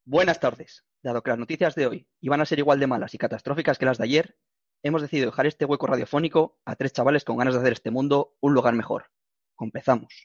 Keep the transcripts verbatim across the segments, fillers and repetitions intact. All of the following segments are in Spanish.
Buenas tardes. Dado que las noticias de hoy iban a ser igual de malas y catastróficas que las de ayer, hemos decidido dejar este hueco radiofónico a tres chavales con ganas de hacer este mundo un lugar mejor. Empezamos.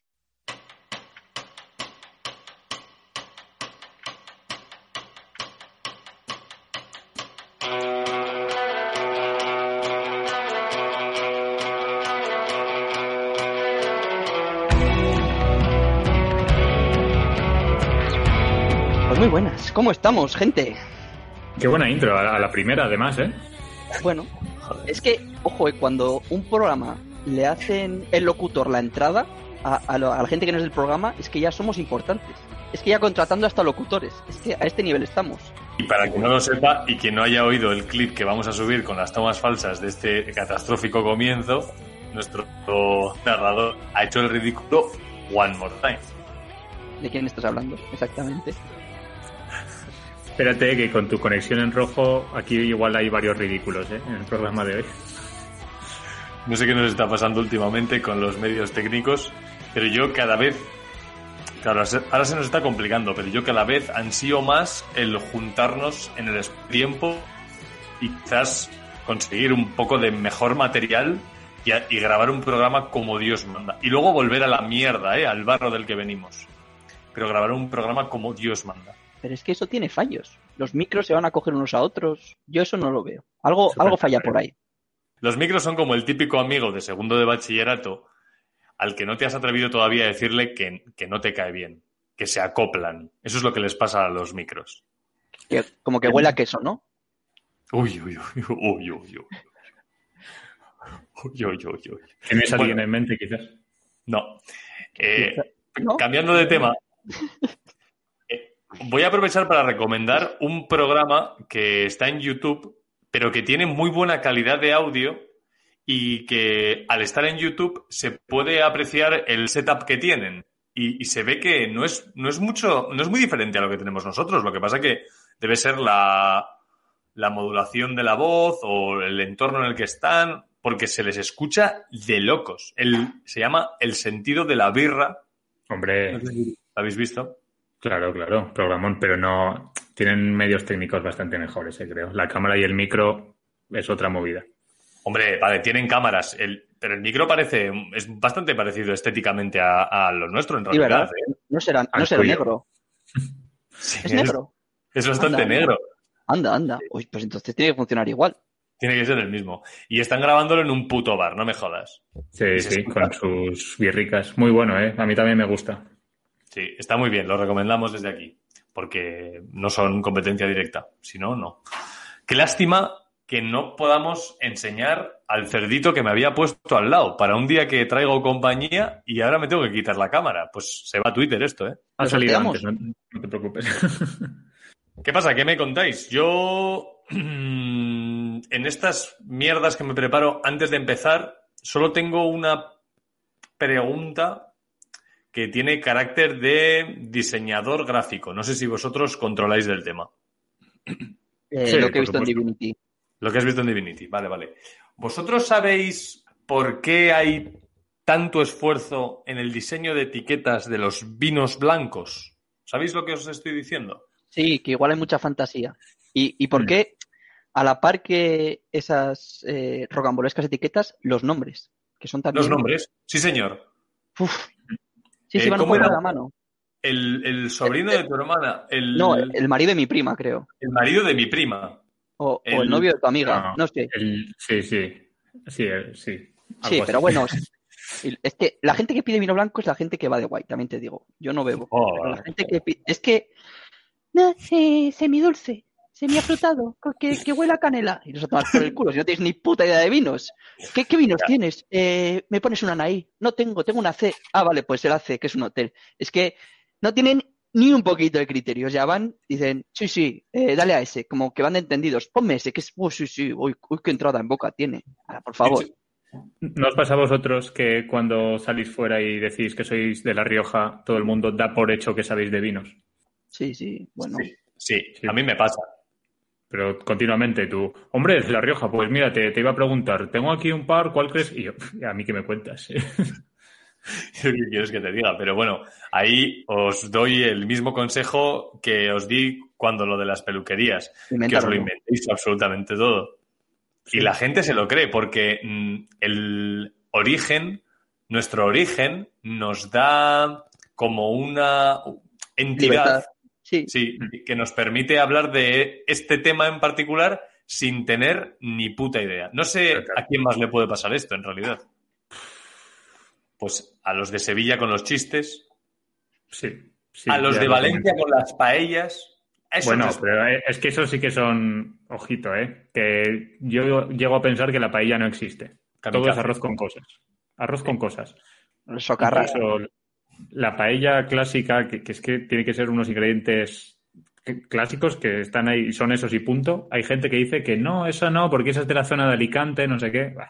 Pues muy buenas. ¿Cómo estamos, gente? Qué buena intro, a la primera además, ¿eh? Bueno, es que, ojo, eh, cuando un programa le hacen el locutor la entrada a, a, lo, a la gente que no es del programa, es que ya somos importantes. Es que ya contratando hasta locutores. Es que a este nivel estamos. Y para quien no lo sepa y quien no haya oído el clip que vamos a subir con las tomas falsas de este catastrófico comienzo, nuestro narrador ha hecho el ridículo one more time. ¿De quién estás hablando? Exactamente. Espérate que con tu conexión en rojo aquí igual hay varios ridículos, ¿eh? En el programa de hoy. No sé qué nos está pasando últimamente con los medios técnicos, pero yo cada vez, claro, ahora se nos está complicando, pero yo cada vez ansío más el juntarnos en el tiempo y quizás conseguir un poco de mejor material y, a, y grabar un programa como Dios manda. Y luego volver a la mierda, ¿eh? Al barro del que venimos. Pero grabar un programa como Dios manda. Pero es que eso tiene fallos. Los micros se van a coger unos a otros. Yo eso no lo veo. Algo, algo falla por ahí. Los micros son como el típico amigo de segundo de bachillerato al que no te has atrevido todavía a decirle que, que no te cae bien, que se acoplan. Eso es lo que les pasa a los micros. Que, como que huele a queso, ¿no? Uy, uy, uy, uy, uy, uy. Uy, uy, uy, uy. ¿Tienes a alguien en mente, quizás? No. Eh, ¿No? Cambiando de tema, eh, voy a aprovechar para recomendar un programa que está en YouTube, pero que tiene muy buena calidad de audio y que al estar en YouTube se puede apreciar el setup que tienen. Y, y se ve que no es, no es mucho, no es muy diferente a lo que tenemos nosotros. Lo que pasa que debe ser la, la modulación de la voz o el entorno en el que están, porque se les escucha de locos. El, se llama El sentido de la birra. Hombre. ¿Lo habéis visto? Claro, claro, programón, pero no... Tienen medios técnicos bastante mejores, eh, creo. La cámara y el micro es otra movida. Hombre, vale, tienen cámaras, el, pero el micro parece, es bastante parecido estéticamente a, a lo nuestro, en realidad. Sí, ¿eh? No será, no será negro. Sí, ¿Es negro? Es, es bastante anda, negro. Anda, anda. Uy, pues entonces tiene que funcionar igual. Tiene que ser el mismo. Y están grabándolo en un puto bar, no me jodas. Sí, sí, con sus birricas. Muy bueno, ¿eh? A mí también me gusta. Sí, está muy bien, lo recomendamos desde aquí. Porque no son competencia directa. Si no, no. Qué lástima que no podamos enseñar al cerdito que me había puesto al lado para un día que traigo compañía y ahora me tengo que quitar la cámara. Pues se va a Twitter esto, ¿eh? Ha salido sorteamos? antes, no, no te preocupes. ¿Qué pasa? ¿Qué me contáis? Yo, en estas mierdas que me preparo antes de empezar, solo tengo una pregunta que tiene carácter de diseñador gráfico. No sé si vosotros controláis del tema. Eh, Sí, lo que he por visto en supuesto. Divinity. Lo que has visto en Divinity. Vale, vale. ¿Vosotros sabéis por qué hay tanto esfuerzo en el diseño de etiquetas de los vinos blancos? ¿Sabéis lo que os estoy diciendo? Sí, que igual hay mucha fantasía. ¿Y, y por Mm. qué, a la par que esas eh, rocambolescas etiquetas, los nombres? Que son también... Los nombres. Sí, señor. Uf. Sí, Eh, sí, van un ¿cómo poco era? de la mano. El, el sobrino de tu hermana. El, No, el marido de mi prima, creo. el marido de mi prima. O el, o el El- novio de tu amiga. No, No sé. el- sí, sí. Sí, eh, sí. Algo Sí, así. pero bueno, es es que la gente que pide vino blanco es la gente que va de guay, también te digo. Yo no bebo. Oh, Pero la gente que pide... Es que... No, se, semidulce, semiafrutado, que, que huele a canela. Y los a tomar por el culo, si no tienes ni puta idea de vinos. ¿Qué, qué vinos tienes? Eh, me pones una Anaí. No tengo, tengo una C. Ah, vale, pues el A C, que es un hotel. Es que no tienen ni un poquito de criterio. Ya van, dicen, sí, sí, eh, dale a ese. Como que van de entendidos. Ponme ese, que es... Uy, sí, sí, uy, uy, qué entrada en boca tiene. Ahora, por favor. ¿No os pasa a vosotros que cuando salís fuera y decís que sois de La Rioja, todo el mundo da por hecho que sabéis de vinos? Sí, sí, bueno. Sí, sí, Sí. a mí me pasa. Pero continuamente tú, hombre, es de La Rioja, pues mira, te, te iba a preguntar, tengo aquí un par, ¿cuál crees? Y yo, "Y a mí qué me cuentas. ¿Qué quieres que te diga? Pero bueno, ahí os doy el mismo consejo que os di cuando lo de las peluquerías, que os lo inventéis absolutamente todo. Sí. Y la gente se lo cree porque mmm, el origen, nuestro origen, nos da como una entidad sí. Sí, que nos permite hablar de este tema en particular sin tener ni puta idea. No sé a quién más le puede pasar esto, en realidad. Pues a los de Sevilla con los chistes. Sí. sí a los de Valencia con las paellas. Eso bueno, es... pero es que eso sí que son... Ojito, ¿eh? Que yo llego a pensar que la paella no existe. Kamikaze. Todo es arroz con cosas. Arroz sí. con cosas. Socarrara. Incluso la paella clásica, que, que es que tiene que ser unos ingredientes clásicos que están ahí, son esos y punto. Hay gente que dice que no, eso no, porque esa es de la zona de Alicante, no sé qué. Bah.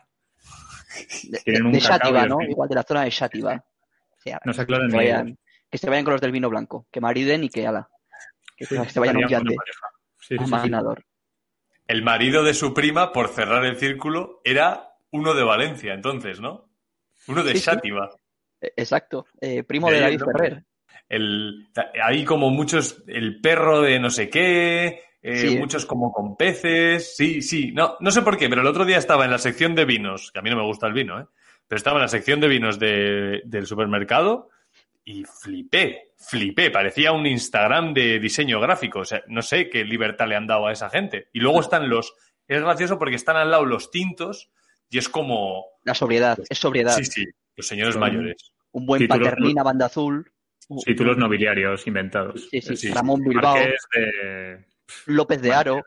De, un de Xàtiva, ¿no? Igual de la zona de Xàtiva. O sea, no se aclaran que, vayan, que se vayan con los del vino blanco, que mariden y que ala. Que, sí, que se vayan a un yate. Sí, sí, sí, sí. El marido de su prima, por cerrar el círculo, era uno de Valencia, entonces, ¿no? Uno de sí, Xàtiva. Sí. Exacto, eh, primo de, de David Ferrer. El, hay como muchos, el perro de no sé qué, eh, sí, muchos como con peces, sí, sí, no, no sé por qué, pero el otro día estaba en la sección de vinos, que a mí no me gusta el vino, ¿eh? Pero estaba en la sección de vinos de, del supermercado y flipé, flipé, parecía un Instagram de diseño gráfico, o sea, no sé qué libertad le han dado a esa gente. Y luego están los, es gracioso porque están al lado los tintos y es como... La sobriedad, es sobriedad. Sí, sí. Los señores Son mayores. Un buen títulos, Paternina, banda azul. Títulos nobiliarios inventados. Sí, sí, sí. Ramón Bilbao. De... López de Haro.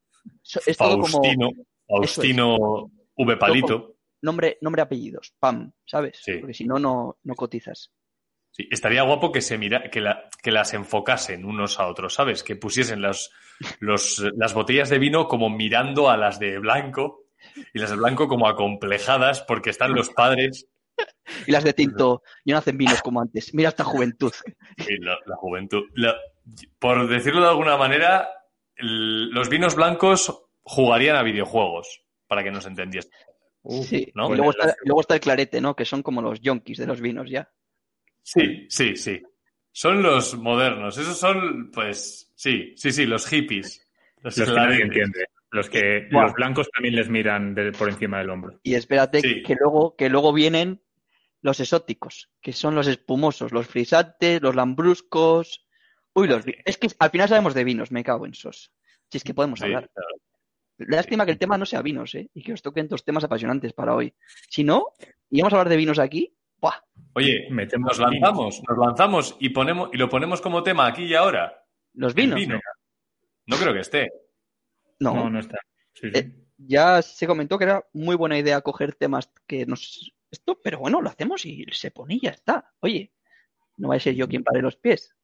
Es todo Faustino. Como... Faustino es. V. Palito. Nombre, nombre, apellidos. Pam, ¿sabes? Sí. Porque si no, no, no cotizas. Sí, estaría guapo que se mira, que, la, que las enfocasen unos a otros, ¿sabes? Que pusiesen las, los, las botellas de vino como mirando a las de blanco. Y las de blanco como acomplejadas porque están los padres. Y las de tinto, ya no hacen vinos como antes. Mira esta juventud. Sí, la, la juventud. La, por decirlo de alguna manera, el, los vinos blancos jugarían a videojuegos, para que nos entendiese. Uh, sí, ¿no? Y luego está, luego está el clarete, ¿no? Que son como los yonkis de los vinos ya. Sí, sí, sí. Son los modernos. Esos son, pues, sí, sí, sí, los hippies. Los, los que nadie entiende. Los que wow. Los blancos también les miran de, por encima del hombro. Y espérate sí. que luego que luego vienen los exóticos, que son los espumosos, los frisantes, los lambruscos. Uy, los es que al final sabemos de vinos, me cago en sos. Si es que podemos sí, hablar. Claro. Lástima sí. que el tema no sea vinos, ¿eh? Y que os toquen dos temas apasionantes para hoy. Si no, íbamos a hablar de vinos aquí. ¡Buah! Oye, nos lanzamos, nos lanzamos y ponemos y lo ponemos como tema aquí y ahora. Los vinos. Vino. No creo que esté. No, no, no está. Sí, sí. Eh, ya se comentó que era muy buena idea coger temas que nos... Esto, pero bueno, lo hacemos y se pone y ya está. Oye, no va a ser yo quien pare los pies.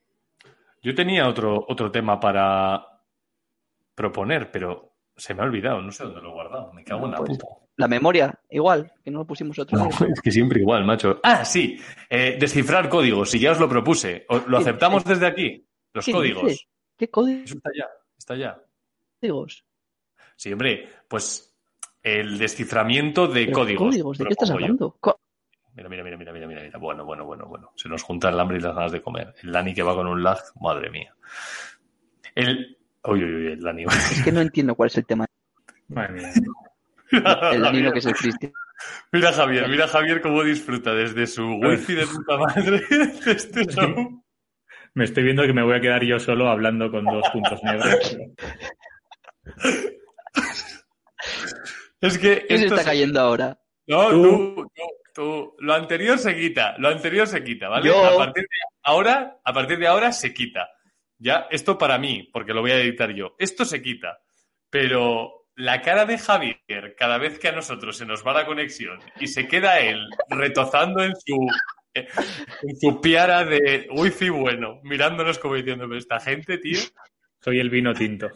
Yo tenía otro, otro tema para proponer, pero se me ha olvidado. No sé dónde lo he guardado. Me cago no, en la pues, puta. La memoria, igual, que no lo pusimos otro no, es que siempre igual, macho. Ah, sí. Eh, descifrar códigos. Si ya os lo propuse. ¿Lo aceptamos ¿Qué? desde aquí? Los ¿Qué códigos. Dice? ¿Qué códigos? Eso está ya. Está ya. ¿Códigos? Sí, hombre, pues el desciframiento de códigos. ¿Códigos? ¿De qué estás hablando? Co- mira, mira, mira, mira, mira, mira, mira. Bueno, bueno, bueno, bueno. Se nos junta el hambre y las ganas de comer. El Dani que va con un lag, madre mía. El... Uy, uy, uy, el Dani. Es que no entiendo cuál es el tema. Madre mía. El Dani lo que es el Cristian. Mira Javier, mira Javier cómo disfruta desde su wifi de puta madre de este show. Me estoy viendo que me voy a quedar yo solo hablando con dos puntos negros. Es que ¿Qué se está cayendo ahora? No, tú, tú, tú, tú. Lo anterior se quita, lo anterior se quita, ¿vale? Yo... A partir de ahora, a partir de ahora se quita. Ya, esto para mí, porque lo voy a editar yo. Esto se quita. Pero la cara de Javier, cada vez que a nosotros se nos va la conexión y se queda él retozando en su en su piara de wifi bueno, mirándonos como diciendo, pero esta gente, tío. Soy el vino tinto.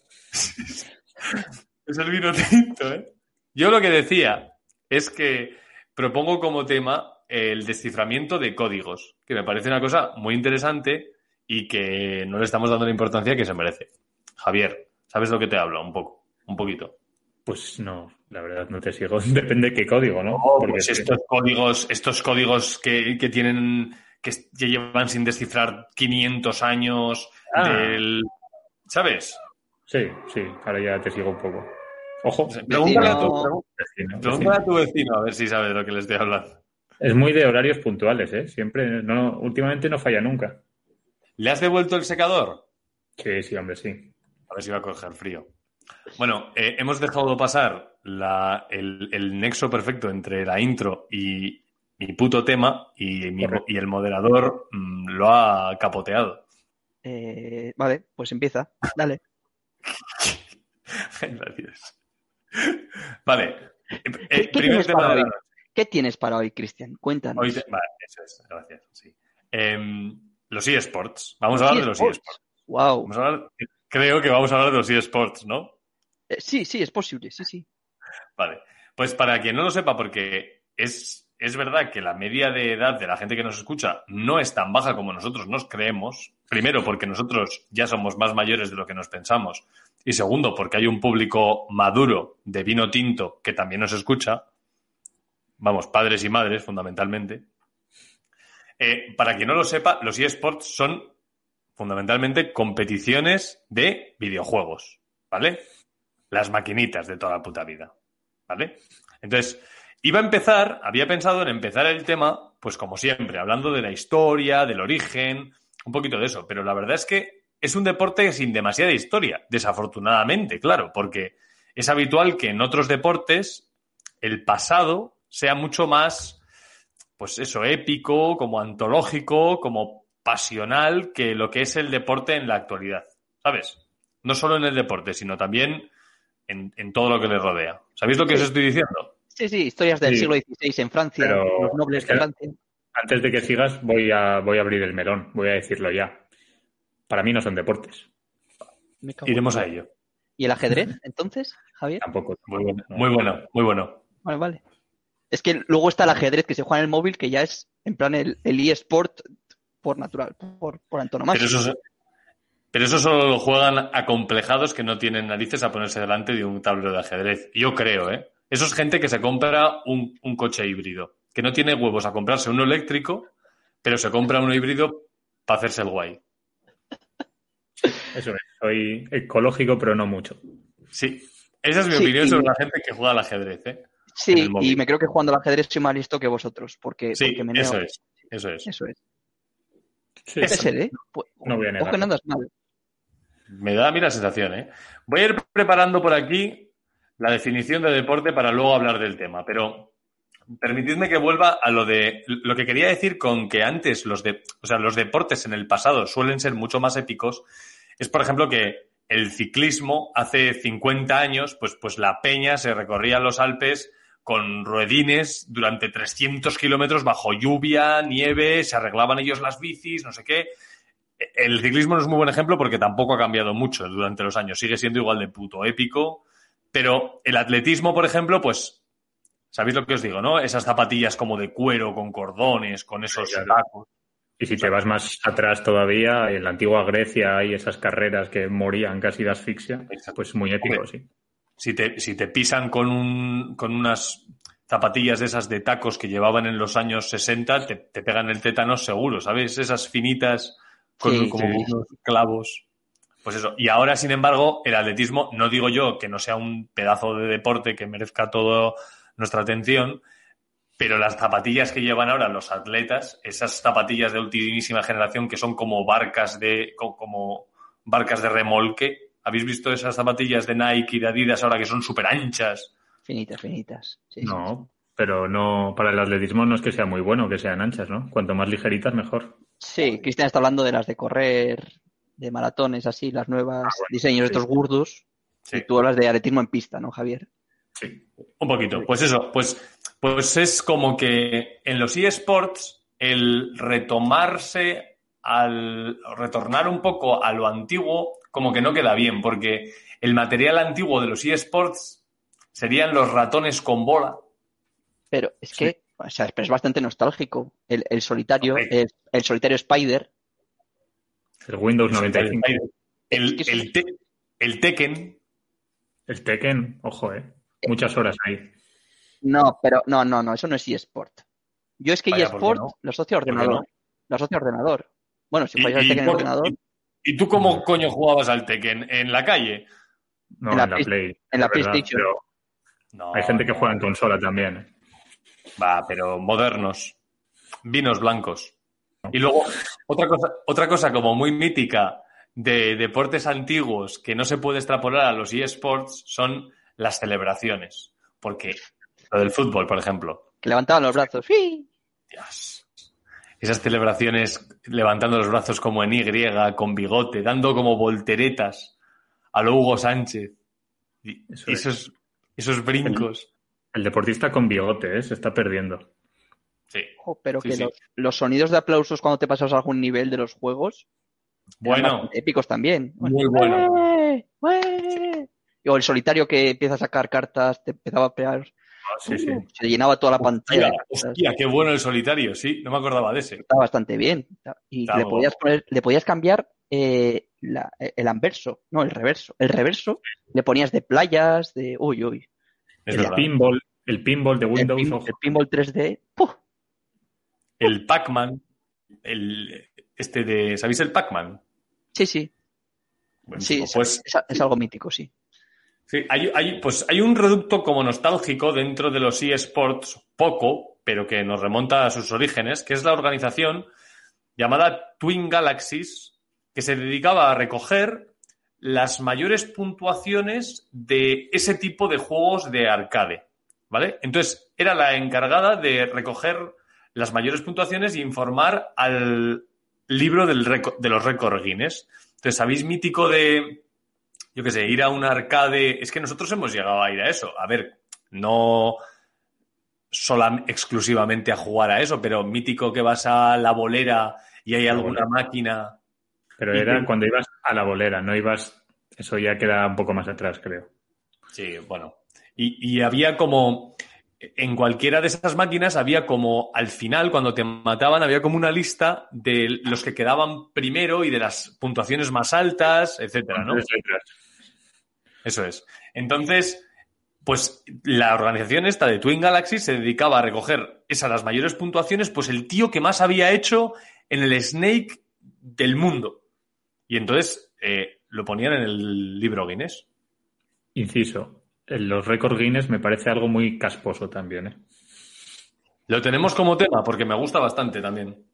Es el vino tinto, ¿eh? Yo lo que decía es que propongo como tema el desciframiento de códigos, que me parece una cosa muy interesante y que no le estamos dando la importancia que se merece. Javier, ¿sabes lo que te hablo? Un poco, un poquito. Pues no. La verdad, no te sigo. Depende de qué código, ¿no? Oh, Porque pues es que- estos códigos, estos códigos que, que tienen, que, que llevan sin descifrar quinientos años Ah. del... ¿Sabes? Sí, sí, ahora ya te sigo un poco. Ojo, Pregúntale a, tu, Vecino. pregun- vecino, pregúntale vecino. a tu vecino a ver si sabe de lo que le estoy hablando. Es muy de horarios puntuales, ¿eh? Siempre, no, últimamente no falla nunca. ¿Le has devuelto el secador? Sí, sí, hombre, sí. A ver si va a coger frío. Bueno, eh, hemos dejado pasar la, el, el nexo perfecto entre la intro y mi puto tema y, mi, y el moderador mmm, lo ha capoteado. Eh, vale, pues empieza. Dale. Gracias. Vale. Eh, ¿Qué, qué primer tienes tema para de la hoy? noche. ¿Qué tienes para hoy, Cristian? Cuéntanos. Hoy te- Vale, eso es. Gracias. Sí. Eh, los eSports. Vamos Los a hablar de los eSports. eSports. Wow. Vamos a hablar, creo que vamos a hablar de los eSports, ¿no? Eh, sí, sí, es posible, sí, sí. Vale. Pues para quien no lo sepa, porque es, es verdad que la media de edad de la gente que nos escucha no es tan baja como nosotros nos creemos. Primero, porque nosotros ya somos más mayores de lo que nos pensamos. Y segundo, porque hay un público maduro de vino tinto que también nos escucha. Vamos, padres y madres, fundamentalmente. Eh, para quien no lo sepa, los eSports son fundamentalmente competiciones de videojuegos, ¿vale? Las maquinitas de toda la puta vida, ¿vale? Entonces, iba a empezar, había pensado en empezar el tema, pues como siempre, hablando de la historia, del origen, un poquito de eso, pero la verdad es que es un deporte sin demasiada historia, desafortunadamente, claro, porque es habitual que en otros deportes el pasado sea mucho más, pues eso, épico, como antológico, como pasional que lo que es el deporte en la actualidad, ¿sabes? No solo en el deporte, sino también en, en todo lo que le rodea. ¿Sabéis lo que Sí. os estoy diciendo? Sí, sí, historias del Sí. siglo dieciséis en Francia, Pero los nobles es que de Francia. Antes de que sigas, voy a, voy a abrir el melón. Voy a decirlo ya. Para mí no son deportes. Me cago en Iremos todo. a ello. ¿Y el ajedrez, entonces, Javier? Tampoco. Muy bueno, muy bueno, muy bueno. Vale, vale. Es que luego está el ajedrez que se juega en el móvil, que ya es en plan el, el eSport por natural, por, por antonomasia. Pero eso, pero eso solo lo juegan acomplejados que no tienen narices a ponerse delante de un tablero de ajedrez. Yo creo, ¿eh? Eso es gente que se compra un, un coche híbrido, que no tiene huevos a comprarse uno eléctrico, pero se compra uno híbrido para hacerse el guay. Eso es. Soy ecológico, pero no mucho. Sí. Esa es mi Sí, opinión y- sobre la gente que juega al ajedrez, ¿eh? en Sí, el móvil. y me creo que jugando al ajedrez soy más listo que vosotros, porque, Sí, porque me eso neo. es. Eso es. Eso es. Sí, Puede ser, ¿eh? Pues, No voy a ojo negarlo. que no andas mal. Me da a mí la sensación, ¿eh? Voy a ir preparando por aquí la definición de deporte para luego hablar del tema, pero permitidme que vuelva a lo de lo que quería decir con que antes los de, o sea, los deportes en el pasado suelen ser mucho más épicos. Es, por ejemplo, que el ciclismo hace cincuenta años, pues, pues la peña se recorría los Alpes con ruedines durante trescientos kilómetros bajo lluvia, nieve, se arreglaban ellos las bicis, no sé qué. El ciclismo no es muy buen ejemplo porque tampoco ha cambiado mucho durante los años. Sigue siendo igual de puto épico. Pero el atletismo, por ejemplo, pues, ¿sabéis lo que os digo, no? Esas zapatillas como de cuero, con cordones, con esos Sí, claro. tacos. Y si te vas más atrás todavía, en la antigua Grecia hay esas carreras que morían casi de asfixia, pues muy épico, Hombre, sí. Si te, si te pisan con, un, con unas zapatillas de esas de tacos que llevaban en los años sesenta, te, te pegan el tétano seguro, ¿sabes? Esas finitas con Sí, como sí. unos clavos. Pues eso. Y ahora, sin embargo, el atletismo, no digo yo que no sea un pedazo de deporte que merezca toda nuestra atención, pero las zapatillas que llevan ahora los atletas, esas zapatillas de ultimísima generación que son como barcas de, co- como barcas de remolque. ¿Habéis visto esas zapatillas de Nike y de Adidas ahora que son súper anchas? Finitas, finitas. Sí, sí. No, pero no, para el atletismo no es que sea muy bueno que sean anchas, ¿no? Cuanto más ligeritas, mejor. Sí, Cristian está hablando de las de correr, de maratones, así, las nuevas Ah, bueno, diseños de sí. estos gordos. Sí. Y tú hablas de atletismo en pista, ¿no, Javier? Sí. Un poquito. Pues eso, pues, pues es como que en los eSports el retomarse al retornar un poco a lo antiguo como que no queda bien, porque el material antiguo de los eSports serían los ratones con bola. Pero es que, o sea, pero es bastante nostálgico. El, el solitario, Hombre. el, el solitario Spider. El Windows noventa y cinco. El, Es que el, te- el Tekken, El Tekken, ojo, ¿eh? muchas horas ahí. No, pero no, no, no, eso no es eSport. Yo es que Vaya, ¿por qué eSport no? lo asocio a ¿Por qué ordenador. no? Lo asocio a ordenador. Bueno, si ¿Y, juegas al y Tekken en por- ordenador, y- y tú cómo coño jugabas al Tekken? ¿En la calle? No, En la en la Play- Play. en la es verdad, PlayStation. pero No, hay gente que no. juega en consola también. ¿eh? Va, pero modernos. Vinos blancos. Y luego, otra cosa, otra cosa como muy mítica de deportes antiguos que no se puede extrapolar a los eSports son las celebraciones. Porque lo del fútbol, por ejemplo. que levantaban los brazos. ¡Sí! Dios. Esas celebraciones levantando los brazos como en Y, con bigote, dando como volteretas a lo Hugo Sánchez. Y Eso es. esos, esos brincos. El deportista con bigote, ¿eh? Se está perdiendo. Sí. Ojo, pero Sí, que sí. Los, los sonidos de aplausos cuando te pasas a algún nivel de los juegos eran Bueno, bastante épicos también. muy bueno. ¡Ué! ¡Ué! O el solitario que empieza a sacar cartas, te empezaba a pegar. Ah, sí, sí. Uh, se llenaba toda la pantalla. Hostia, de cartas. hostia, qué bueno el solitario, sí, no me acordaba de ese. Estaba bastante bien. Y Estaba le muy podías, guapo. poner, le podías cambiar eh, la- el anverso, no, el reverso. El reverso le ponías de playas, de... Uy, uy. Es el verdad. pinball, el pinball de El, Windows, pin- ojo. el pinball tres D. ¡puf! El Pac-Man, el este de, ¿sabéis el Pac-Man? Sí, sí. Buenísimo. Sí, Pues es, es algo mítico, sí. sí, hay, hay, pues hay un reducto como nostálgico dentro de los eSports, poco, pero que nos remonta a sus orígenes, que es la organización llamada Twin Galaxies, que se dedicaba a recoger las mayores puntuaciones de ese tipo de juegos de arcade, ¿vale? Entonces, era la encargada de recoger las mayores puntuaciones y informar al libro del récord, de los récords Guinness. Entonces, ¿sabéis mítico de, yo qué sé, ir a un arcade? Es que nosotros hemos llegado a ir a eso. A ver, no sola, exclusivamente a jugar a eso, pero mítico que vas a la bolera y hay La alguna bolera. máquina. Pero Y era te- cuando ibas a la bolera, no ibas... Eso ya queda un poco más atrás, creo. Sí, bueno. Y, y había como... En cualquiera de esas máquinas había como, al final, cuando te mataban, había como una lista de los que quedaban primero y de las puntuaciones más altas, etcétera, ¿no? Tres letras. Eso es. Entonces, pues la organización esta de Twin Galaxy se dedicaba a recoger esas las mayores puntuaciones, pues el tío que más había hecho en el Snake del mundo. Y entonces eh, lo ponían en el libro Guinness. Inciso. En los récords Guinness me parece algo muy casposo también, ¿eh? Lo tenemos como tema porque me gusta bastante también.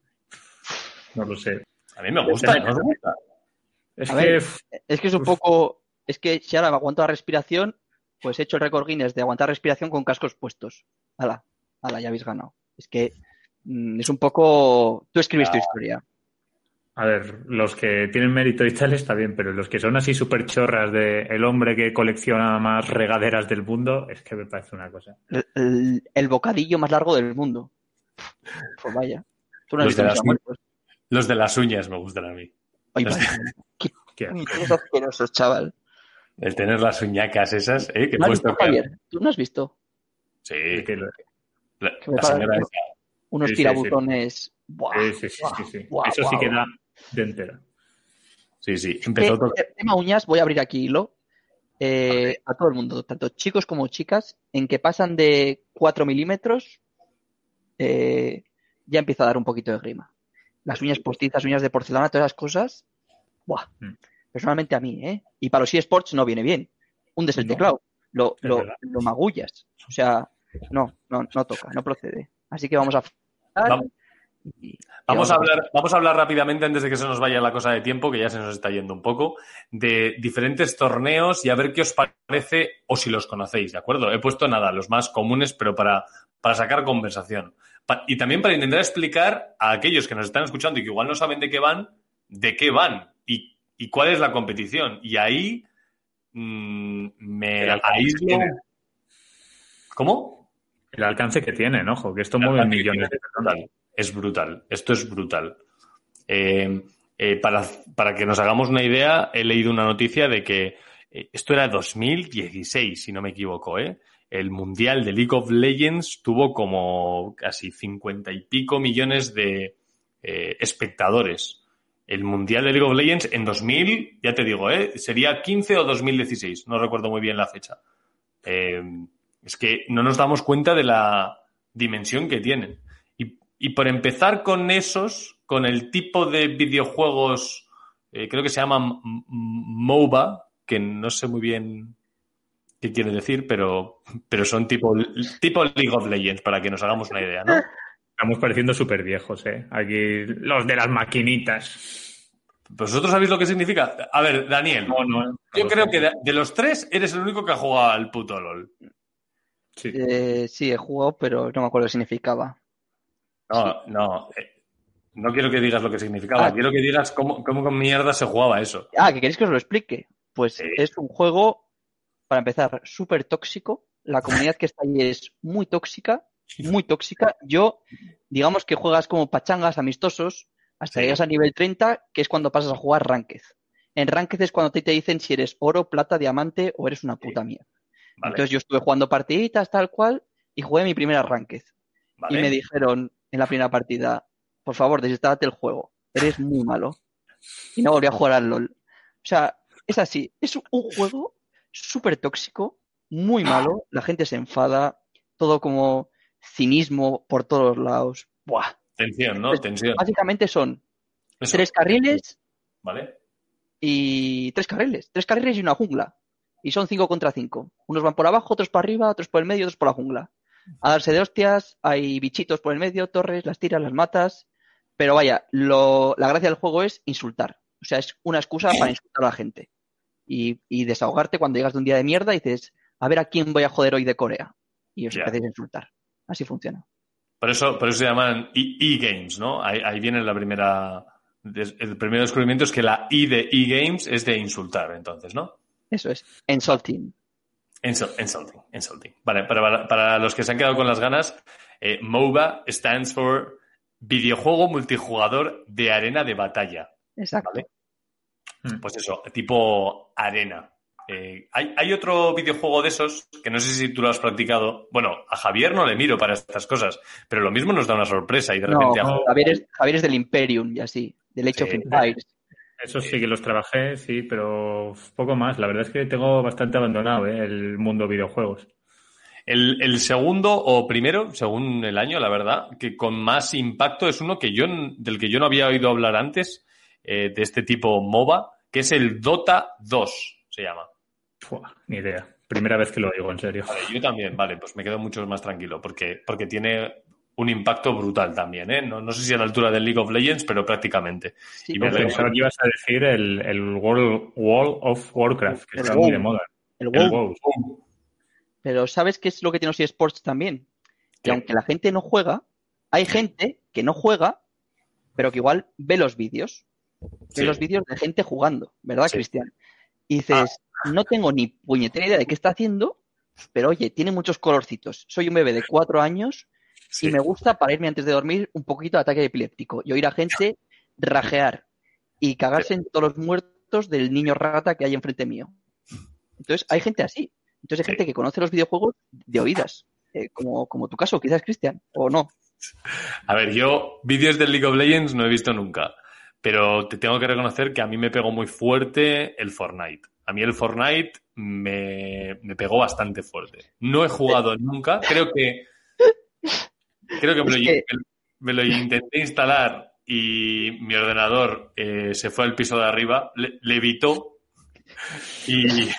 No lo sé. A mí me gusta, ¿no os gusta? Es A que... ver, f- Es que es un poco... Es que si ahora me aguanto la respiración, pues he hecho el récord Guinness de aguantar respiración con cascos puestos. Hala, hala, ya habéis ganado. Es que mm, es un poco... Tú escribes tu historia. A ver, los que tienen mérito y tal está bien, pero los que son así súper chorras de el hombre que colecciona más regaderas del mundo, es que me parece una cosa. El, el- el bocadillo más largo del mundo. Pues vaya. Tú no has Los visto de mis las- muertos. Los de las uñas me gustan a mí. Ay, los- vaya. Qué Qué asco. puñeteros asquerosos, chaval. El tener las uñacas esas, ¿eh? Que ¿No has puedes visto, tocar. Javier? ¿Tú no has visto? Sí. Es que lo- La, Que me la parece- señora esa. Unos Sí, sí, tirabuzones. Buah, Sí, sí, sí, buah, sí, sí. buah, Eso sí buah, que buah. da de entera. Sí, sí. Empezó a Eh, tocar. eh, tema uñas, voy a abrir aquí hilo. eh, a todo el mundo, tanto chicos como chicas, en que pasan de cuatro milímetros, eh, ya empieza a dar un poquito de grima. Las uñas postizas, uñas de porcelana, todas esas cosas, buah, Mm. personalmente a mí, ¿eh? Y para los eSports no viene bien. Hundes el No. teclado, lo, Es lo, verdad. lo magullas. O sea, no, no, no toca, no procede. Así que vamos a... Vamos. y- y Vamos a hablar, vamos a hablar rápidamente, antes de que se nos vaya la cosa de tiempo, que ya se nos está yendo un poco, de diferentes torneos y a ver qué os parece o si los conocéis, ¿de acuerdo? He puesto nada, los más comunes, pero para, para sacar conversación. Pa- y también para intentar explicar a aquellos que nos están escuchando y que igual no saben de qué van, de qué van y, y cuál es la competición. Y ahí mmm, me El alcance que aíslo. tiene. ¿Cómo? El alcance que tienen, ojo, que esto El mueve alcance que millones de tiene es personas. brutal. Es brutal. Esto es brutal. Eh, eh, para, para que nos hagamos una idea, he leído una noticia de que eh, esto era dos mil dieciséis, si no me equivoco, ¿eh? El Mundial de League of Legends tuvo como casi cincuenta y pico millones de eh, espectadores. El Mundial de League of Legends en dos mil, ya te digo, ¿eh? Sería quince o dos mil dieciséis, no recuerdo muy bien la fecha. Eh, Es que no nos damos cuenta de la dimensión que tienen. Y, y por empezar con esos, con el tipo de videojuegos, eh, creo que se llaman MOBA, que no sé muy bien qué quiere decir, pero, pero son tipo, tipo League of Legends, para que nos hagamos una idea, ¿no? Estamos pareciendo súper viejos, ¿eh? Aquí los de las maquinitas. ¿Vosotros sabéis lo que significa? A ver, Daniel, No, no, no yo lo creo sé. que de, de los tres eres el único que ha jugado al puto LOL. Sí. Eh, sí, he jugado, pero no me acuerdo qué significaba. No, no. eh, no quiero que digas lo que significaba. Ah. Quiero que digas cómo, cómo con mierda se jugaba eso. Ah, ¿que queréis que os lo explique? Pues Sí. es un juego, para empezar, súper tóxico. La comunidad que está ahí es muy tóxica, muy tóxica. Yo, digamos que juegas como pachangas amistosos hasta Sí. llegas a nivel treinta, que es cuando pasas a jugar Ranked. En Ranked es cuando te, te dicen si eres oro, plata, diamante o eres una puta mierda. Vale. Entonces yo estuve jugando partiditas tal cual y jugué mi primera Ranked. Vale. Y me dijeron en la primera partida, por favor, desinstálate el juego, eres muy malo. Y no volví a jugar al LOL. O sea, es así, es un juego súper tóxico, muy malo, la gente se enfada, todo como cinismo por todos lados. Buah. Tensión, ¿no? Pues, Tensión. básicamente son Eso. tres carriles Vale. y tres carriles, tres carriles y una jungla. Y son cinco contra cinco. Unos van por abajo, otros por arriba, otros por el medio, otros por la jungla. A darse de hostias, hay bichitos por el medio, torres, las tiras, las matas. Pero vaya, lo, la gracia del juego es insultar. O sea, es una excusa para insultar a la gente. Y, y desahogarte cuando llegas de un día de mierda y dices, a ver a quién voy a joder hoy de Corea. Y os Ya. empecéis a insultar. Así funciona. Por eso, por eso se llaman e- e-games, ¿no? Ahí, ahí viene la primera... des- El primer descubrimiento es que la I de e-games es de insultar, entonces, ¿no? Eso es. Insulting. Insul- Insulting, insulting. Vale, para, para, para los que se han quedado con las ganas, eh, MOBA stands for Videojuego Multijugador de Arena de Batalla. Exacto. ¿Vale? Pues eso, tipo arena. Eh, hay, hay otro videojuego de esos que no sé si tú lo has practicado. Bueno, a Javier no le miro para estas cosas, pero lo mismo nos da una sorpresa y de No, repente... ha jugado- Javier es, Javier es del Imperium y así. Del Age Sí. of Empires. Eso sí que los trabajé, sí, pero poco más. La verdad es que tengo bastante abandonado, ¿eh? El mundo videojuegos. El, el segundo o primero, según el año, la verdad, que con más impacto es uno que yo, del que yo no había oído hablar antes, eh, de este tipo MOBA, que es el Dota dos, se llama. Fua, ni idea. Primera vez que lo oigo, en serio. Vale, yo también, vale, pues me quedo mucho más tranquilo, porque, porque tiene un impacto brutal también, ¿eh? No, no sé si a la altura del League of Legends, pero prácticamente. Sí, Y Yo me pero- pensaba que ibas a decir el, el World, World of Warcraft, que El está WoW. muy de moda. el El WoW. WoW. Pero ¿sabes qué es lo que tiene los eSports también? Que ¿Qué? aunque la gente no juega, hay gente que no juega, pero que igual ve los vídeos. Ve Sí. los vídeos de gente jugando, ¿verdad, Sí. Cristian? Y dices, no tengo ni puñetera idea de qué está haciendo, pero oye, tiene muchos colorcitos. Soy un bebé de cuatro años Sí. y me gusta para irme antes de dormir un poquito de ataque epiléptico y oír a gente rajear y cagarse en todos los muertos del niño rata que hay enfrente mío. Entonces, hay gente así. Entonces, hay Sí. gente que conoce los videojuegos de oídas, eh, como, como tu caso, quizás, Cristian, o no. A ver, yo vídeos del League of Legends no he visto nunca, pero te tengo que reconocer que a mí me pegó muy fuerte el Fortnite. A mí el Fortnite me, me pegó bastante fuerte. No he jugado nunca, creo que creo que me, Es lo, que- me lo intenté instalar y mi ordenador eh, se fue al piso de arriba, le, levitó y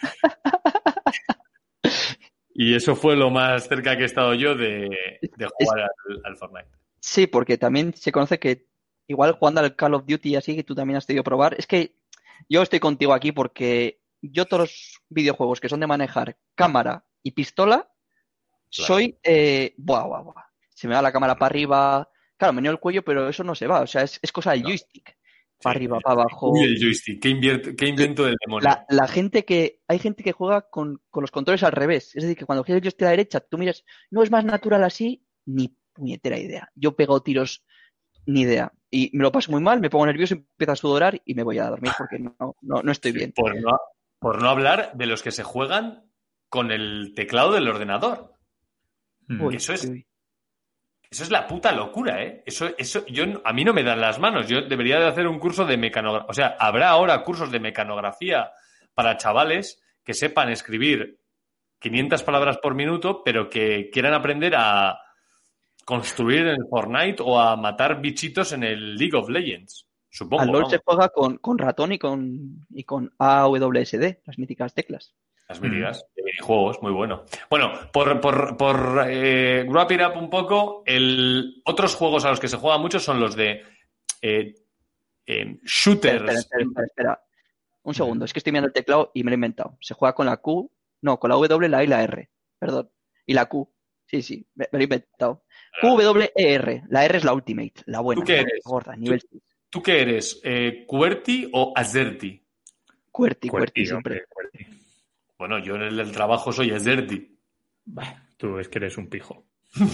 y eso fue lo más cerca que he estado yo de, de jugar al, al Fortnite. Sí, porque también se conoce que igual jugando al Call of Duty y así, que tú también has debido probar, es que yo estoy contigo aquí porque yo todos los videojuegos que son de manejar cámara y pistola, soy, eh, buah, buah, buah. Se me va la cámara para arriba, claro, me neo el cuello, pero eso no se va, o sea, es, es cosa del No. joystick, para Sí. arriba, para abajo. Uy, el joystick, qué, invier- qué invento del demonio. La, la gente que, hay gente que juega con, con los controles al revés, es decir, que cuando giras el joystick a la derecha, tú miras, no es más natural así, ni puñetera idea. Yo pego tiros, ni idea. Y me lo paso muy mal, me pongo nervioso, empiezo a sudorar y me voy a dormir porque no, no, no estoy bien. Por no, por no hablar de los que se juegan con el teclado del ordenador. Mm. Uy, eso es- uy. Eso es la puta locura, ¿eh? Eso, eso, yo, a mí no me dan las manos. Yo debería de hacer un curso de mecanografía. O sea, habrá ahora cursos de mecanografía para chavales que sepan escribir quinientas palabras por minuto, pero que quieran aprender a construir en el Fortnite o a matar bichitos en el League of Legends. Supongo. Al LoL vamos. se juega con, con ratón y con, y con A W S D, las míticas teclas. Las míticas, de videojuegos, muy bueno. Bueno, por, por, por eh, wrap it up un poco, el, otros juegos a los que se juega mucho son los de eh, eh, shooters. Espera, espera, espera, espera. Un segundo, es que estoy mirando el teclado y me lo he inventado. Se juega con la Q, no, con la W, la I y la R, perdón. Y la Q. Sí, sí, me, me lo he inventado. Q W E R, la R es la Ultimate, la buena. ¿Tú qué eres? Gorda, nivel ¿Tú, ¿Tú qué eres? Eh, ¿QWERTY o AZERTY? QWERTY, QWERTY QWERTY, siempre. hombre, QWERTY. Bueno, yo en el del trabajo soy AZERTY. Bah, tú es que eres un pijo.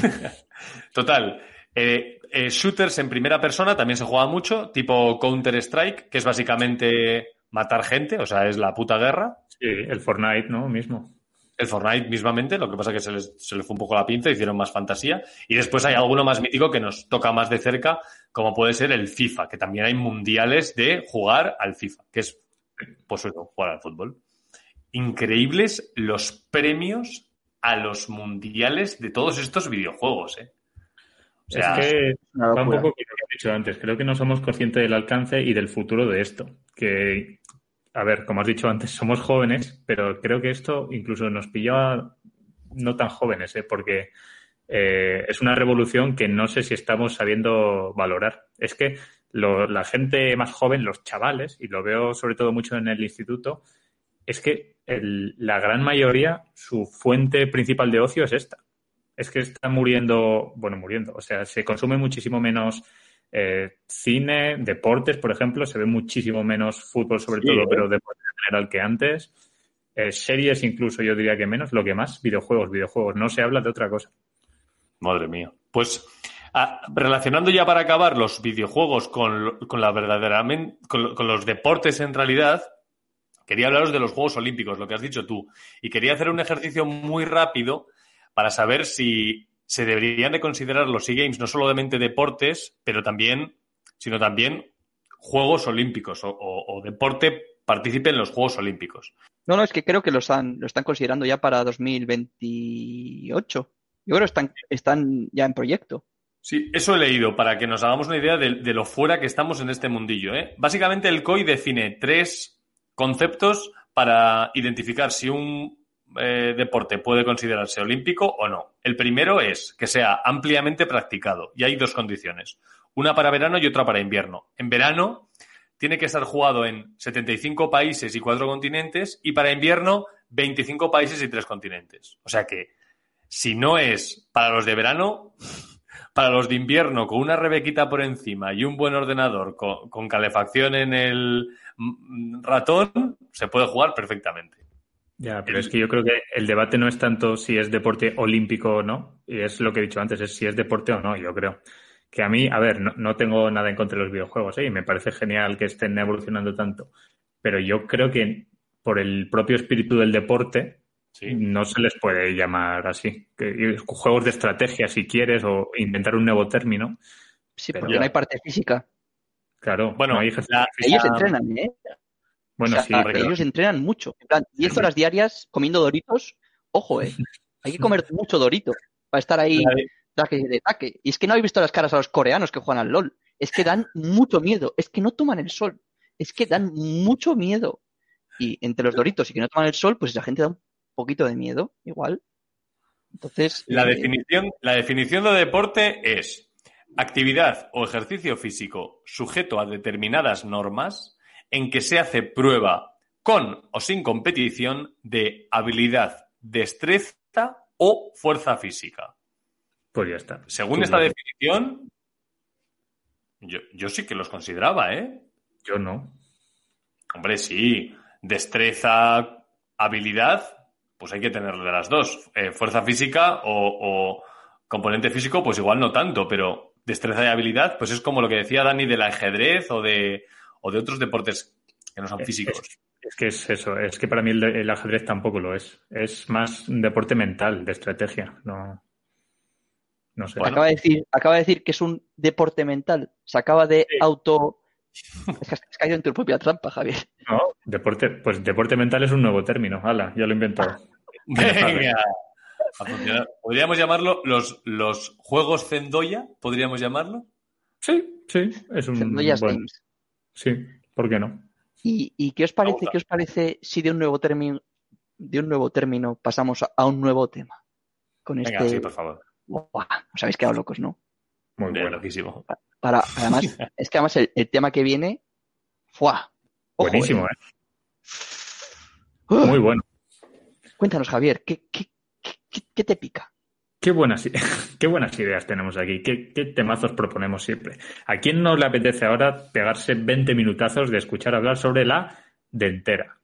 Total. Eh, eh, shooters en primera persona también se juega mucho, tipo Counter-Strike, que es básicamente matar gente, o sea, es la puta guerra. Sí, el Fortnite, ¿no? Mismo. El Fortnite mismamente, lo que pasa es que se les, se les fue un poco la pinza, hicieron más fantasía. Y después hay alguno más mítico que nos toca más de cerca, como puede ser el FIFA, que también hay mundiales de jugar al FIFA, que es, pues eso, jugar al fútbol. Increíbles los premios a los mundiales de todos estos videojuegos, ¿eh? O sea, es que una va un locura. poco con lo que he dicho antes. Creo que no somos conscientes del alcance y del futuro de esto. Que, a ver, como has dicho antes, somos jóvenes, pero creo que esto incluso nos pillaba no tan jóvenes, ¿eh? Porque eh, es una revolución que no sé si estamos sabiendo valorar. Es que lo, la gente más joven, los chavales, y lo veo sobre todo mucho en el instituto, es que el, la gran mayoría, su fuente principal de ocio es esta. Es que está muriendo, bueno, muriendo, o sea, se consume muchísimo menos eh, cine, deportes, por ejemplo, se ve muchísimo menos fútbol sobre Sí, todo, ¿eh? pero deporte en general que antes, eh, series incluso yo diría que menos, lo que más, videojuegos, videojuegos, no se habla de otra cosa. Madre mía. Pues ah, relacionando ya para acabar los videojuegos con, lo- con la verdaderamente, con, con los deportes en realidad, quería hablaros de los Juegos Olímpicos, lo que has dicho tú, y quería hacer un ejercicio muy rápido para saber si se deberían de considerar los eGames no solamente deportes, pero también, sino también Juegos Olímpicos o, o- o deporte partícipe en los Juegos Olímpicos. No, no, es que creo que lo están, lo están considerando ya para dos mil veintiocho. Yo creo que están, están ya en proyecto. Sí, eso he leído, para que nos hagamos una idea de, de lo fuera que estamos en este mundillo, ¿eh? Básicamente el C O I define tres conceptos para identificar si un eh, deporte puede considerarse olímpico o no. El primero es que sea ampliamente practicado y hay dos condiciones, una para verano y otra para invierno. En verano tiene que estar jugado en setenta y cinco países y cuatro continentes y para invierno veinticinco países y tres continentes. O sea que si no es para los de verano, para los de invierno con una rebequita por encima y un buen ordenador con, con calefacción en el mm, ratón, se puede jugar perfectamente. Ya, pero es que yo creo que el debate no es tanto si es deporte olímpico o no, y es lo que he dicho antes, es si es deporte o no, yo creo. Que a mí, a ver, no, no tengo nada en contra de los videojuegos, ¿eh? Y me parece genial que estén evolucionando tanto, pero yo creo que por el propio espíritu del deporte Sí. no se les puede llamar así. Que, juegos de estrategia, si quieres, o inventar un nuevo término. Sí, Pero porque ya. no hay parte física. Claro, Bueno, no hay ejercicio la- físico. Ellos Ah, entrenan, ¿eh? Bueno, O sea, sí, pero ellos entrenan mucho. En plan, diez horas diarias comiendo doritos. Ojo, ¿eh? Hay que comer mucho dorito para estar ahí la de- taque de taque. Y es que no habéis visto las caras a los coreanos que juegan al LOL. Es que dan mucho miedo. Es que no toman el sol. Es que dan mucho miedo. Y entre los doritos y que no toman el sol, pues la gente da un poquito de miedo, igual. Entonces, La eh, definición, la definición de deporte es actividad o ejercicio físico sujeto a determinadas normas en que se hace prueba con o sin competición de habilidad, destreza o fuerza física. pues ya está. Según Tú esta lo- definición, yo, yo sí que los consideraba, ¿eh? Yo no. Hombre, sí. Destreza, habilidad, pues hay que tener de las dos. Eh, fuerza física o, o componente físico, pues igual no tanto, pero destreza y habilidad, pues es como lo que decía Dani del ajedrez o de, o de otros deportes que no son Es- físicos. Es, es que es eso, es que para mí el, el ajedrez tampoco lo es. Es más un deporte mental, de estrategia. No, no sé. Bueno. acaba de decir, acaba de decir que es un deporte mental. Se acaba de Sí. auto. Es que has caído en tu propia trampa, Javier. No, deporte, pues deporte mental es un nuevo término. Hala, ya lo he inventado. Venga. A funcionar. ¿Podríamos llamarlo los, los juegos Zendoya? ¿Podríamos llamarlo? Sí, sí. Es un Zendoya's buen... Games. Sí, ¿por qué no? ¿Y, y qué os parece, qué os parece si de un nuevo término, de un nuevo término pasamos a, a un nuevo tema? Con Venga, este. sí, por favor. Buah, os habéis quedado locos, ¿no? Muy De bueno. loquísimo. Para, además, es que además el, el tema que viene. ¡Fua! Ojo, Buenísimo, eh. ¿eh? ¡Uf! Muy bueno. Cuéntanos, Javier, ¿qué, qué, qué, qué te pica? Qué buenas, qué buenas ideas tenemos aquí, qué, qué temazos proponemos siempre. ¿A quién no le apetece ahora pegarse veinte minutazos de escuchar hablar sobre la dentera?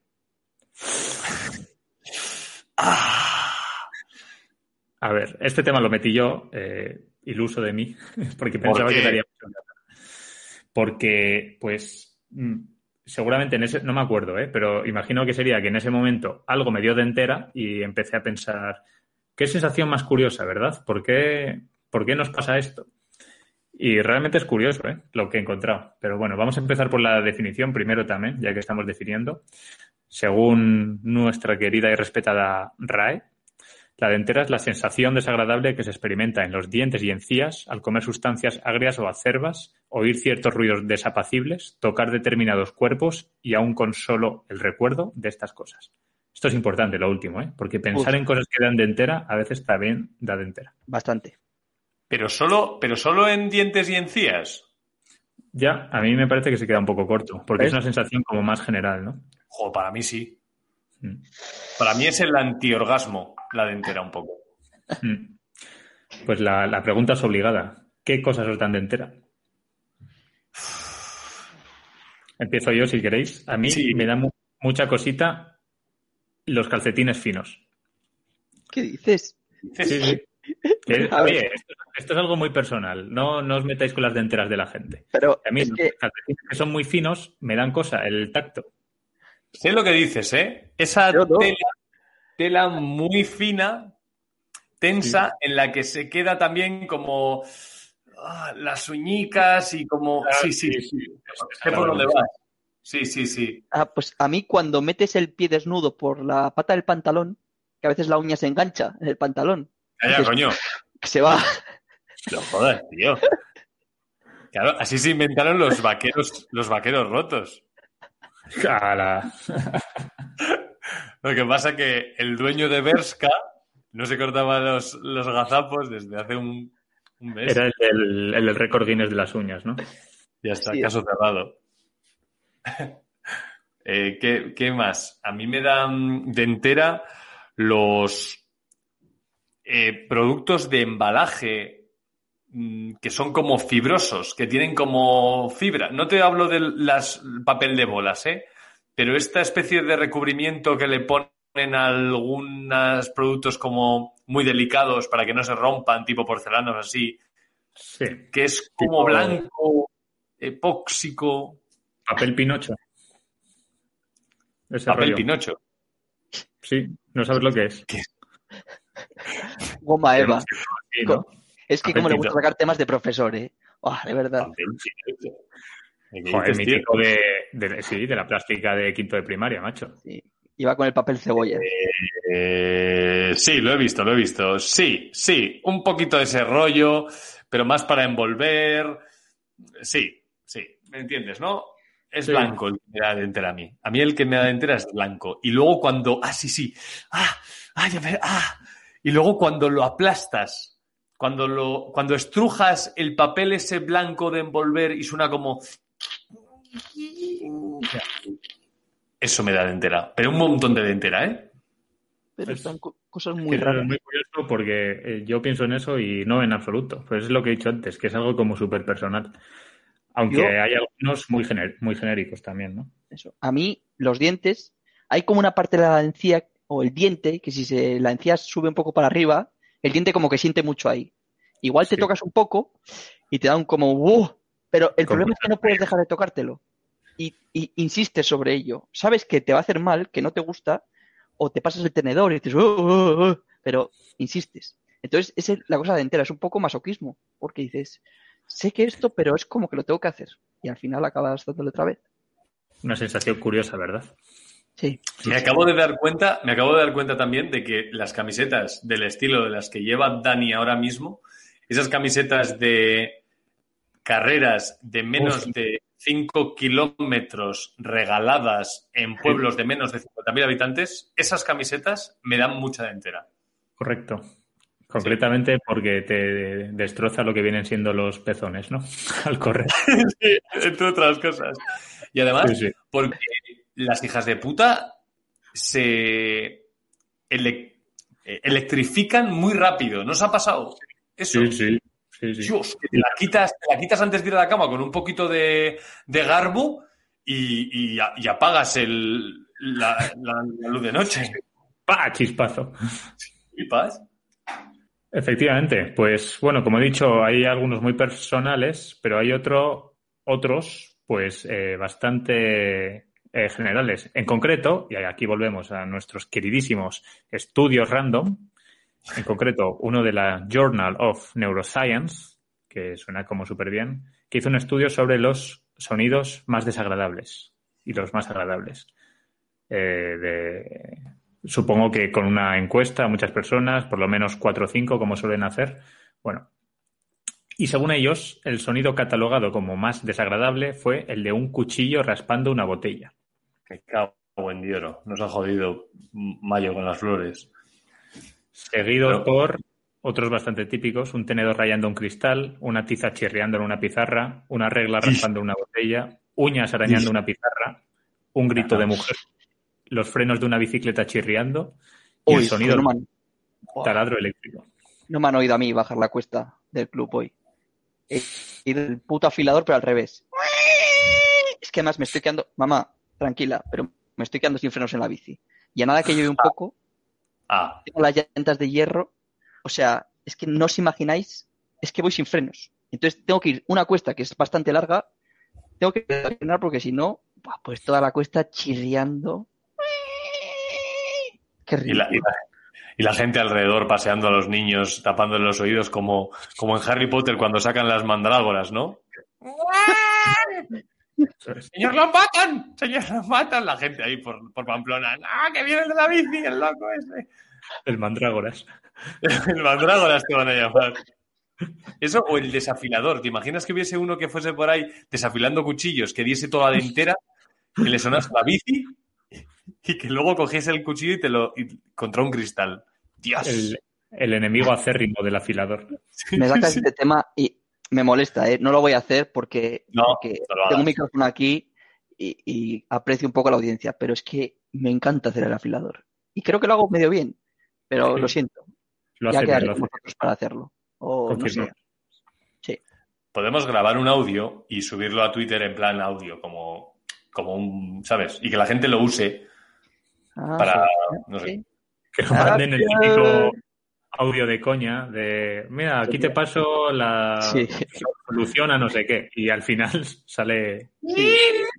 A ver, este tema lo metí yo, eh, iluso de mí, porque pensaba ¿Por qué? que daría mucho ganas. Porque, pues, mm, seguramente en ese, no me acuerdo, ¿eh? Pero imagino que sería que en ese momento algo me dio dentera y empecé a pensar, qué sensación más curiosa, ¿verdad? ¿Por qué, por qué nos pasa esto? Y realmente es curioso, ¿eh? Lo que he encontrado. Pero bueno, vamos a empezar por la definición primero también, ya que estamos definiendo. Según nuestra querida y respetada R A E, la dentera es la sensación desagradable que se experimenta en los dientes y encías al comer sustancias agrias o acerbas, oír ciertos ruidos desapacibles, tocar determinados cuerpos y aún con solo el recuerdo de estas cosas. Esto es importante, lo último, ¿eh? Porque pensar Uf. en cosas que dan dentera a veces también da dentera. Bastante. Pero solo, pero solo en dientes y encías. Ya, a mí me parece que se queda un poco corto, porque ¿Ves? es una sensación como más general, ¿no? Joder, para mí sí. Mm. Para mí es el antiorgasmo, la dentera un poco. Mm. Pues la, la pregunta es obligada. ¿Qué cosas os dan dentera? Empiezo yo, si queréis. A mí Sí. me da mu- mucha cosita los calcetines finos. ¿Qué dices? Sí, sí. Que, A ver. oye, esto, esto es algo muy personal. No, no os metáis con las denteras de la gente. Pero A mí es los que calcetines que son muy finos me dan cosa, el tacto. Sé lo que dices, ¿eh? Esa Yo no. tela, tela muy fina, tensa, Sí. en la que se queda también como ah, las uñicas y como... Sí, sí, sí, sí. sí. Sé por dónde vas. Sí, sí, sí. Ah, pues a mí cuando metes el pie desnudo por la pata del pantalón, que a veces la uña se engancha en el pantalón, Calla, dices, coño. que se va. No jodas, tío. Claro, así se inventaron los vaqueros, los vaqueros rotos. Ala. Lo que pasa es que el dueño de Bershka no se cortaba los, los gazapos desde hace un, un mes. Era el del, el del récord Guinness de las uñas, ¿no? Ya está, Sí. caso cerrado. eh, ¿qué, ¿Qué más? A mí me dan de entera los eh, productos de embalaje mm, que son como fibrosos, que tienen como fibra. No te hablo del las, papel de bolas, ¿eh? Pero esta especie de recubrimiento que le ponen a algunos productos como muy delicados para que no se rompan, tipo porcelanos así, Sí. que es como Tipo- blanco, epóxico, Papel Pinocho. Ese papel rollo. Pinocho. Sí, no sabes lo que es. Goma Eva. Sí, ¿no? Es que Papel como le Pinocho. gusta sacar temas de profesor, ¿eh? Oh, de verdad. Papel Pinocho. ¿Qué Joder, dices, tío? mítico de, de- sí, de la plástica de quinto de primaria, macho. Sí. Iba con el papel cebolla. Eh, sí, lo he visto, lo he visto. Sí, sí, un poquito de ese rollo, pero más para envolver. Sí, sí, ¿me entiendes, no? Es Sí. blanco el que me da de entera a mí. A mí el que me da de entera es blanco. Y luego cuando... Ah, sí, sí. Ah, ah, ya me... Ah. Y luego cuando lo aplastas, cuando lo, cuando estrujas el papel ese blanco de envolver y suena como... Eso me da de entera. Pero un montón de dentera, ¿eh? Pero Es- son co- cosas muy Que es raras. muy curioso porque eh, yo pienso en eso y no en absoluto. Pues es lo que he dicho antes, que es algo como súper personal. Aunque Yo- hay algunos muy, gener- muy genéricos también, ¿no? Eso. A mí, los dientes, hay como una parte de la encía o el diente, que si se, la encía sube un poco para arriba, el diente como que siente mucho ahí. Igual te Sí. tocas un poco y te da un como ¡uh! Pero el Como- problema es que no puedes dejar de tocártelo. Y, y insistes sobre ello. Sabes que te va a hacer mal, que no te gusta, o te pasas el tenedor y dices, "Uh, uh, uh", pero insistes. Entonces, esa es la cosa de entera, es un poco masoquismo, porque dices, sé que esto, pero es como que lo tengo que hacer. Y al final acabas dándole otra vez. Una sensación curiosa, ¿verdad? Sí. Me acabo de dar cuenta, me acabo de dar cuenta también de que las camisetas del estilo de las que lleva Dani ahora mismo, esas camisetas de carreras de menos de cinco kilómetros regaladas en pueblos de menos de cincuenta mil habitantes, esas camisetas me dan mucha dentera. Correcto. Concretamente sí. Porque te destroza lo que vienen siendo los pezones, ¿no? Al correr. Sí, entre otras cosas. Y además, sí, sí. porque las hijas de puta se ele- electrifican muy rápido. ¿No os ha pasado eso? Sí, sí. Sí, sí. Dios, que te la quitas, te la quitas antes de ir a la cama con un poquito de, de garbo y, y, y apagas el, la, la, la luz de noche. ¡Pah! Chispazo. ¿Flipas? Efectivamente. Pues, bueno, como he dicho, hay algunos muy personales, pero hay otro, otros, pues, eh, bastante eh, generales. En concreto, y aquí volvemos a nuestros queridísimos estudios random, en concreto, uno de la Journal of Neuroscience, que suena como súper bien, que hizo un estudio sobre los sonidos más desagradables y los más agradables. Eh, de, supongo que con una encuesta a muchas personas, por lo menos cuatro o cinco, como suelen hacer. Bueno, y según ellos, el sonido catalogado como más desagradable fue el de un cuchillo raspando una botella. Qué cago en Dios, nos ha jodido Mayo con las flores. Seguido Pero... por otros bastante típicos, un tenedor rayando un cristal, una tiza chirriando en una pizarra, una regla raspando una botella, uñas arañando una pizarra, un grito de mujer, los frenos de una bicicleta chirriando y Uy, el sonido no del taladro eléctrico. No me han oído a mí bajar la cuesta del club hoy. Y del puto afilador, pero al revés. Es que además me estoy quedando... Mamá, tranquila, pero me estoy quedando sin frenos en la bici. Y a nada que lleve un poco... Ah. Tengo las llantas de hierro, o sea, es que no os imagináis, es que voy sin frenos. Entonces tengo que ir una cuesta que es bastante larga, tengo que frenar porque si no, pues toda la cuesta chirriando. Qué y, la, y, la, y la gente alrededor paseando a los niños, tapándole los oídos como, como en Harry Potter cuando sacan las mandrágoras, ¿no? ¡Señor, lo matan! ¡Señor, lo matan! La gente ahí por, por Pamplona. ¡Ah, que viene el de la bici, el loco ese! El mandrágoras. El mandrágoras te van a llamar. Eso o el desafilador. ¿Te imaginas que hubiese uno que fuese por ahí desafilando cuchillos, que diese toda la dentera, que le sonase la bici y que luego cogiese el cuchillo y te lo... Y, contra un cristal? ¡Dios! El, el enemigo acérrimo del afilador. Sí, me sacas sí. este tema y... Me molesta, ¿eh? No lo voy a hacer porque, no, porque tengo un micrófono aquí y, y aprecio un poco la audiencia, pero es que me encanta hacer el afilador. Y creo que lo hago medio bien, pero sí. lo siento. Lo ya hace quedaré bien, con vosotros para hacerlo. O no sé. Sí. Podemos grabar un audio y subirlo a Twitter en plan audio, como, como un, ¿sabes? Y que la gente lo use ah, para, sí. no sé. Sí. Que lo manden el típico... audio de coña, de mira, aquí te paso la sí. solución a no sé qué, y al final sale... Sí.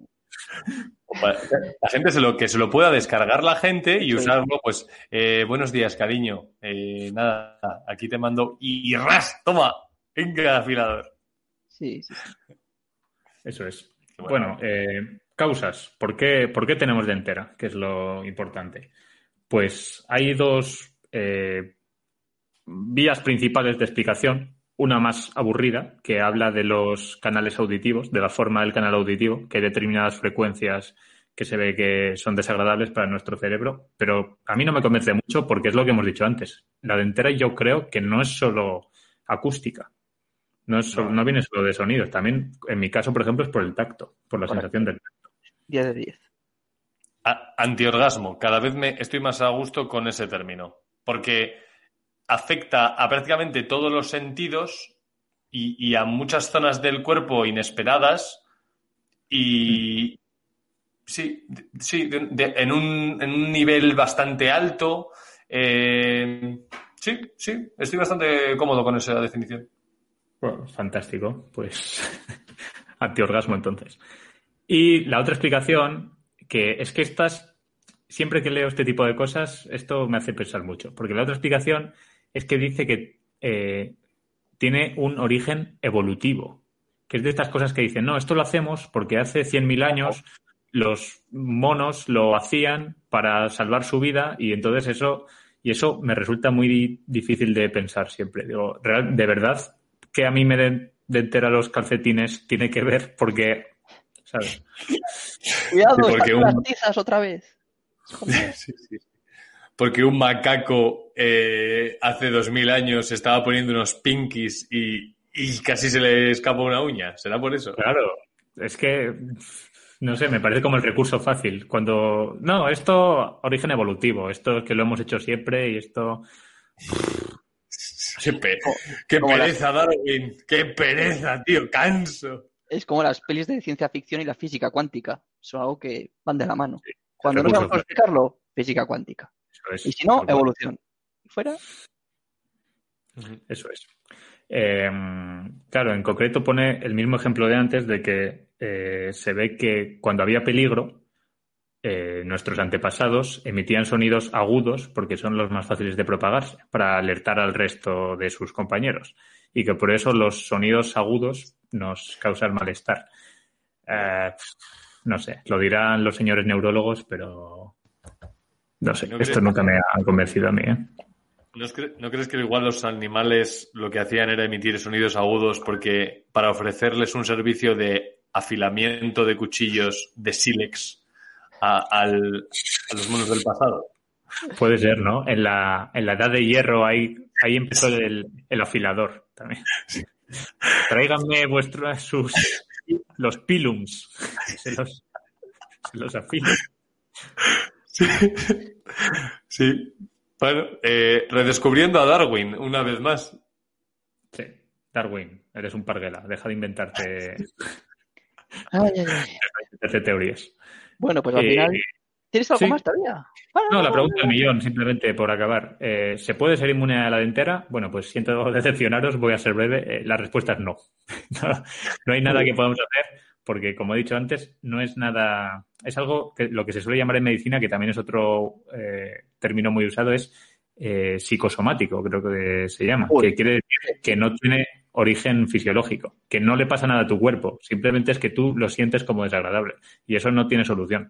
La gente se lo, que se lo pueda descargar la gente y sí. usarlo, pues, eh, buenos días, cariño, eh, nada, aquí te mando y, y ras, toma, venga, afilador. Sí, sí, sí. Eso es. Bueno, bueno eh, causas, ¿por qué, ¿por qué tenemos dentera? Que es lo importante. Pues hay dos... Eh, vías principales de explicación, una más aburrida, que habla de los canales auditivos, de la forma del canal auditivo, que hay determinadas frecuencias que se ve que son desagradables para nuestro cerebro, pero a mí no me convence mucho porque es lo que hemos dicho antes. La dentera yo creo que no es solo acústica, no, es solo, no. no viene solo de sonidos, también en mi caso, por ejemplo, es por el tacto, por la Correcto. sensación del tacto. diez de diez. A- antiorgasmo, cada vez me estoy más a gusto con ese término, porque afecta a prácticamente todos los sentidos y, y a muchas zonas del cuerpo inesperadas y sí, sí de, de, en, un, en un nivel bastante alto. Eh, sí, sí, estoy bastante cómodo con esa definición. Bueno, fantástico, pues antiorgasmo entonces. Y la otra explicación, que es que estas, siempre que leo este tipo de cosas, esto me hace pensar mucho, porque la otra explicación es que dice que eh, tiene un origen evolutivo, que es de estas cosas que dicen, no, esto lo hacemos porque hace cien mil años los monos lo hacían para salvar su vida y entonces eso y eso me resulta muy difícil de pensar siempre. Digo, real, de verdad que a mí me den de entera los calcetines tiene que ver porque, ¿sabes? Cuidado, Sí, porque están un- las tizas otra vez. Sí, sí. Porque un macaco eh, hace dos mil años estaba poniendo unos pinkies y, y casi se le escapa una uña. ¿Será por eso? Claro, es que, no sé, me parece como el recurso fácil. Cuando, no, esto, origen evolutivo, esto es que lo hemos hecho siempre y esto... Qué, pe- qué como la- pereza, Darwin. Qué pereza, tío. Canso. Es como las pelis de ciencia ficción y la física cuántica. Son algo que van de la mano. Cuando no recurso sabemos cómo fácil. explicarlo, física cuántica. Eso es, Y si no, tal cual. evolución. ¿Y fuera? Eso es. Eh, claro, en concreto pone el mismo ejemplo de antes de que eh, se ve que cuando había peligro, eh, nuestros antepasados emitían sonidos agudos porque son los más fáciles de propagarse para alertar al resto de sus compañeros y que por eso los sonidos agudos nos causan malestar. Eh, no sé, lo dirán los señores neurólogos, pero no sé, ¿No esto crees- nunca me ha convencido a mí, ¿eh? ¿No, es cre- ¿No crees que igual los animales lo que hacían era emitir sonidos agudos porque para ofrecerles un servicio de afilamiento de cuchillos de sílex a, al- a los monos del pasado? Puede ser, ¿no? En la, en la edad de hierro ahí, ahí empezó el, el afilador también. Tráiganme vuestros sus los pilums. Se los, se los afilo. Sí. Sí. Bueno, eh, redescubriendo a Darwin una vez más. Sí. Darwin, eres un parguela. Deja de inventarte, Ay, ay, ay. inventarte teorías. Bueno, pues al Eh, final... ¿Tienes algo sí. más todavía? Bueno, No, la pregunta del millón, simplemente por acabar. Eh, ¿Se puede ser inmune a la dentera? Bueno, pues siento decepcionaros, voy a ser breve. Eh, la respuesta es no. no. No hay nada que podamos hacer porque, como he dicho antes, no es nada... Es algo que lo que se suele llamar en medicina, que también es otro eh, término muy usado, es eh, psicosomático, creo que se llama, Uy. que quiere decir que no tiene origen fisiológico, que no le pasa nada a tu cuerpo, simplemente es que tú lo sientes como desagradable y eso no tiene solución.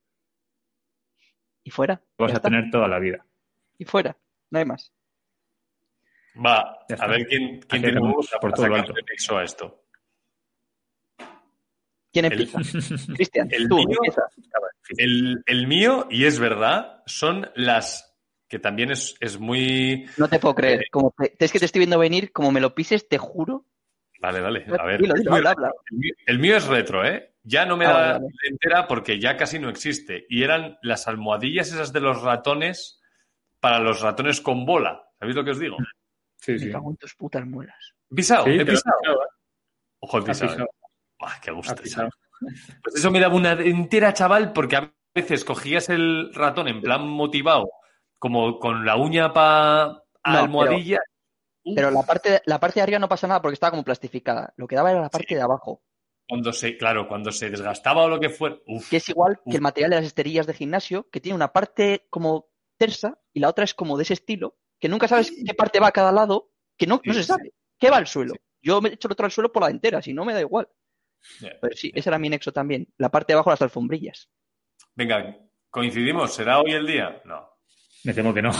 ¿Y fuera? Lo vas Ya a está. tener toda la vida. Y fuera. No hay más. Va, Ya está. a ver quién, quién Aquí tiene acabamos por por todo lo sacarle alto. nexo a esto. ¿Quién El- empieza? Cristian, el tú mío- empieza. El, el mío, y es verdad, son las que también es, es muy... No te puedo creer. Eh, Como te- es que te estoy viendo venir, como me lo pises, te juro. Vale, vale, a ver. Dilo, dilo, Muy habla, retro. habla. El, mío, el mío es retro, ¿eh? Ya no me Ah, da vale, vale. entera porque ya casi no existe. Y eran las almohadillas esas de los ratones para los ratones con bola. ¿Sabéis lo que os digo? Sí, Me sí. cago en tus putas muelas. He pisado, Sí, he te lo has pisado. pisado, ¿eh? Ojo, he Has pisado. pisado. ¿eh? Buah, qué gusto. Has pisado. Pues eso me daba una entera, chaval, porque a veces cogías el ratón en plan motivado, como con la uña para pero- almohadilla. Uf, Pero la parte, la parte de arriba no pasa nada porque estaba como plastificada. Lo que daba era la parte Sí. de abajo, cuando se, claro, cuando se desgastaba o lo que fuera. Uf, que es igual Uf. que el material de las esterillas de gimnasio, que tiene una parte como tersa y la otra es como de ese estilo, que nunca sabes qué parte va a cada lado, que no, no Sí, se sí. sabe. ¿Qué va al suelo? Yo me he hecho el otro al suelo por la entera, si no me da igual. Ya. Pero sí, ese era mi nexo también. La parte de abajo, las alfombrillas. Venga, coincidimos. ¿Será hoy el día? No. Me temo que no.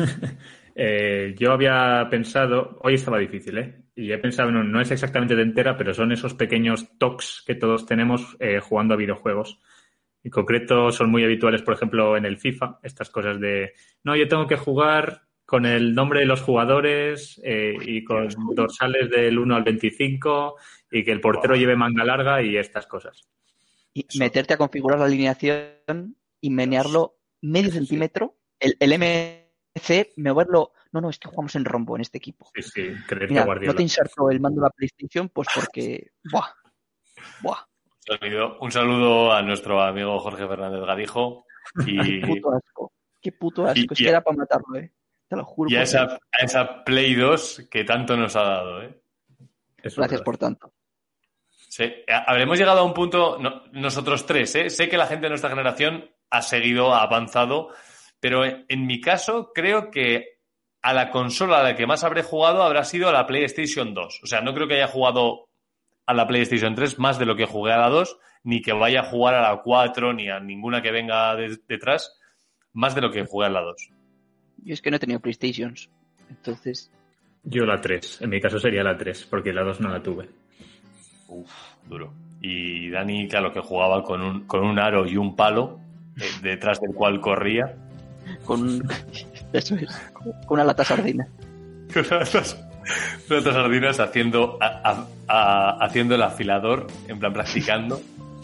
Eh, yo había pensado, hoy estaba difícil, ¿eh? Y he pensado, no, no es exactamente de entera, pero son esos pequeños tocs que todos tenemos eh, jugando a videojuegos. En concreto son muy habituales, por ejemplo, en el FIFA, estas cosas de, no, yo tengo que jugar con el nombre de los jugadores eh, y con dorsales del uno al veinticinco y que el portero lleve manga larga y estas cosas. Y Eso. meterte a configurar la alineación y menearlo medio Sí. centímetro. El, el M C, moverlo. No, no, es que jugamos en rombo en este equipo. Sí, sí, creerte Mira, Guardiola. no te inserto el mando de la PlayStation, pues porque. Buah. Buah. Un saludo, un saludo a nuestro amigo Jorge Fernández Gadijo y, Qué puto asco. Qué puto asco. Y- es y que a- era para matarlo, eh. Te lo juro. y a, por esa, Dios. a esa Play dos que tanto nos ha dado. ¿eh? Eso es Gracias verdad. por tanto. Sí, a- habremos llegado a un punto, no- nosotros tres, ¿eh? Sé que la gente de nuestra generación ha seguido, ha avanzado, pero en, en mi caso creo que a la consola a la que más habré jugado habrá sido a la PlayStation dos. O sea, no creo que haya jugado a la PlayStation tres más de lo que jugué a la dos, ni que vaya a jugar a la cuatro, ni a ninguna que venga de, detrás, más de lo que jugué a la dos. Yo es que no he tenido PlayStations, entonces... Yo la tres, en mi caso sería la tres, porque la dos no la tuve. Uf, duro. Y Dani, claro, que jugaba con un, con un aro y un palo, eh, detrás del cual corría. Con... Eso es, con una lata sardina. Con las otras sardinas haciendo, a, a, a, haciendo el afilador, en plan practicando.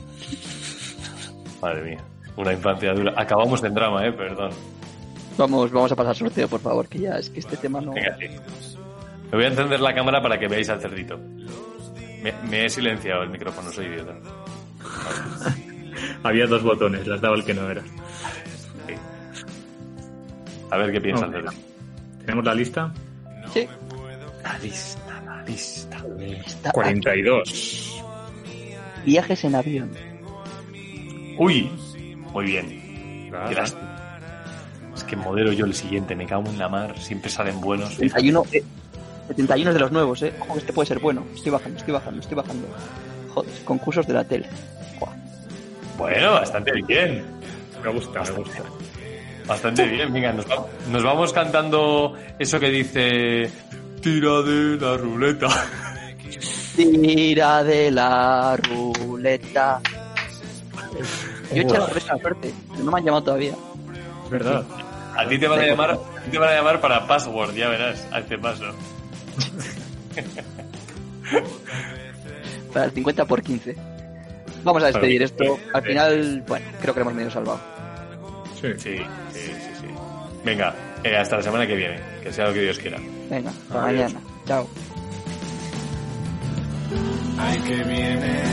Madre mía, una infancia dura. Acabamos en drama, eh, perdón. Vamos, vamos a pasar sorteo, por favor, que ya es que este tema no... Venga, sí. Me voy a encender la cámara para que veáis al cerdito. Me, me he silenciado el micrófono, soy idiota. Había dos botones, las daba el que no era. Sí. A ver qué piensa el cerdito. ¿Tenemos la lista? Sí. La lista, la lista. Está cuarenta y dos. aquí. Viajes en avión. Uy, muy bien. Claro. Qué lástima. Es que modelo yo el siguiente, me cago en la mar, siempre salen buenos. setenta y uno, eh, setenta y uno es de los nuevos, eh. Ojo, este puede ser bueno. Estoy bajando, estoy bajando, estoy bajando. Joder, concursos de la tele. Buah. Bueno, bastante bien. Me gusta, me gusta. Bastante bien, venga, nos vamos, nos vamos cantando eso que dice tira de la ruleta. Tira de la ruleta. Yo he echado la ruleta a suerte, pero no me han llamado todavía. Es verdad. A ti te van a llamar, a ti te van a llamar para password, ya verás, a este paso. Para el cincuenta por quince. Vamos a despedir esto. Al final, bueno, creo que lo hemos medio salvado. Sí. Sí, sí, sí, sí. Venga, eh, hasta la semana que viene, que sea lo que Dios quiera. Venga, hasta mañana. Chao. Ay, que viene